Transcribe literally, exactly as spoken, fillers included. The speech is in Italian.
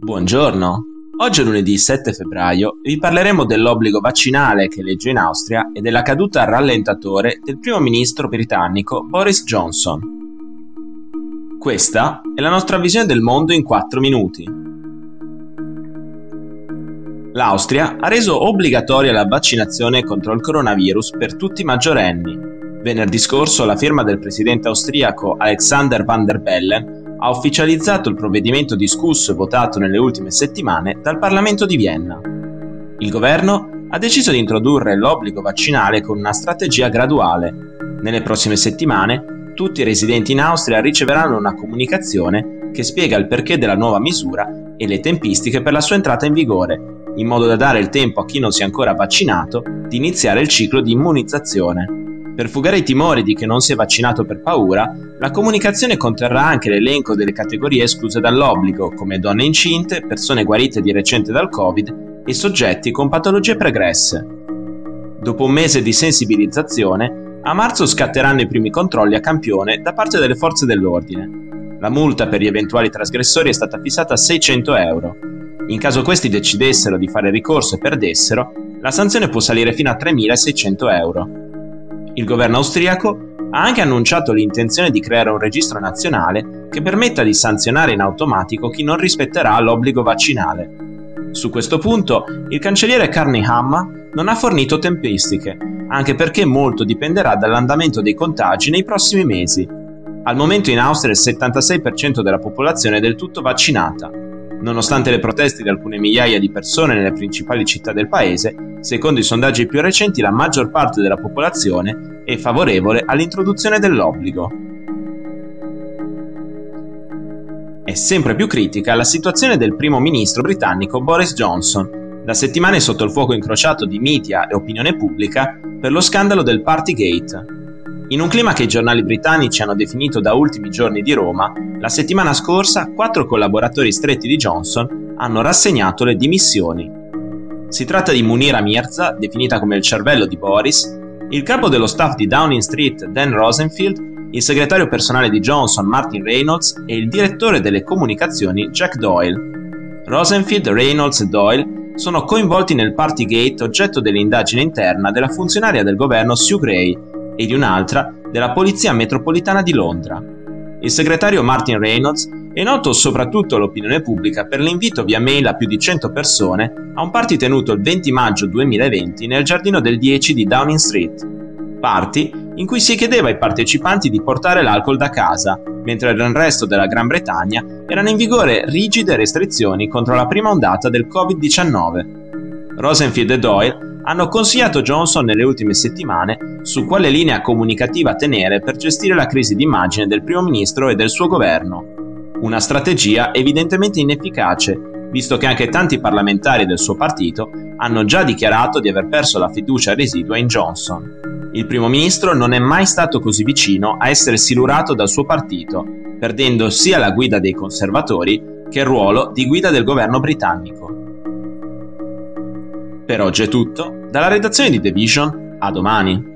Buongiorno, oggi è lunedì sette febbraio e vi parleremo dell'obbligo vaccinale che legge in Austria e della caduta a rallentatore del primo ministro britannico Boris Johnson. Questa è la nostra visione del mondo in quattro minuti. L'Austria ha reso obbligatoria la vaccinazione contro il coronavirus per tutti i maggiorenni. Venerdì scorso la firma del presidente austriaco Alexander Van der Bellen ha ufficializzato il provvedimento discusso e votato nelle ultime settimane dal Parlamento di Vienna. Il governo ha deciso di introdurre l'obbligo vaccinale con una strategia graduale. Nelle prossime settimane tutti i residenti in Austria riceveranno una comunicazione che spiega il perché della nuova misura e le tempistiche per la sua entrata in vigore, in modo da dare il tempo a chi non si è ancora vaccinato di iniziare il ciclo di immunizzazione. Per fugare i timori di che non si è vaccinato per paura, la comunicazione conterrà anche l'elenco delle categorie escluse dall'obbligo, come donne incinte, persone guarite di recente dal Covid e soggetti con patologie pregresse. Dopo un mese di sensibilizzazione, a marzo scatteranno i primi controlli a campione da parte delle forze dell'ordine. La multa per gli eventuali trasgressori è stata fissata a seicento euro. In caso questi decidessero di fare ricorso e perdessero, la sanzione può salire fino a tremilaseicento euro. Il governo austriaco ha anche annunciato l'intenzione di creare un registro nazionale che permetta di sanzionare in automatico chi non rispetterà l'obbligo vaccinale. Su questo punto, il cancelliere Karl Nehammer non ha fornito tempistiche, anche perché molto dipenderà dall'andamento dei contagi nei prossimi mesi. Al momento in Austria il settantasei per cento della popolazione è del tutto vaccinata. Nonostante le proteste di alcune migliaia di persone nelle principali città del paese, secondo i sondaggi più recenti la maggior parte della popolazione è favorevole all'introduzione dell'obbligo. È sempre più critica la situazione del primo ministro britannico Boris Johnson, da settimane sotto il fuoco incrociato di media e opinione pubblica per lo scandalo del Partygate. In un clima che i giornali britannici hanno definito da ultimi giorni di Roma, la settimana scorsa quattro collaboratori stretti di Johnson hanno rassegnato le dimissioni. Si tratta di Munira Mirza, definita come il cervello di Boris, il capo dello staff di Downing Street Dan Rosenfield, il segretario personale di Johnson Martin Reynolds e il direttore delle comunicazioni Jack Doyle. Rosenfield, Reynolds e Doyle sono coinvolti nel Partygate oggetto dell'indagine interna della funzionaria del governo Sue Gray e di un'altra della Polizia Metropolitana di Londra. Il segretario Martin Reynolds è noto soprattutto all'opinione pubblica per l'invito via mail a più di cento persone a un party tenuto il venti maggio duemilaventi nel giardino del dieci di Downing Street. Party in cui si chiedeva ai partecipanti di portare l'alcol da casa, mentre nel resto della Gran Bretagna erano in vigore rigide restrizioni contro la prima ondata del covid diciannove. Rosenfield e Doyle hanno consigliato Johnson nelle ultime settimane su quale linea comunicativa tenere per gestire la crisi d'immagine del primo ministro e del suo governo. Una strategia evidentemente inefficace, visto che anche tanti parlamentari del suo partito hanno già dichiarato di aver perso la fiducia residua in Johnson. Il primo ministro non è mai stato così vicino a essere silurato dal suo partito, perdendo sia la guida dei conservatori che il ruolo di guida del governo britannico. Per oggi è tutto, dalla redazione di The Vision, a domani.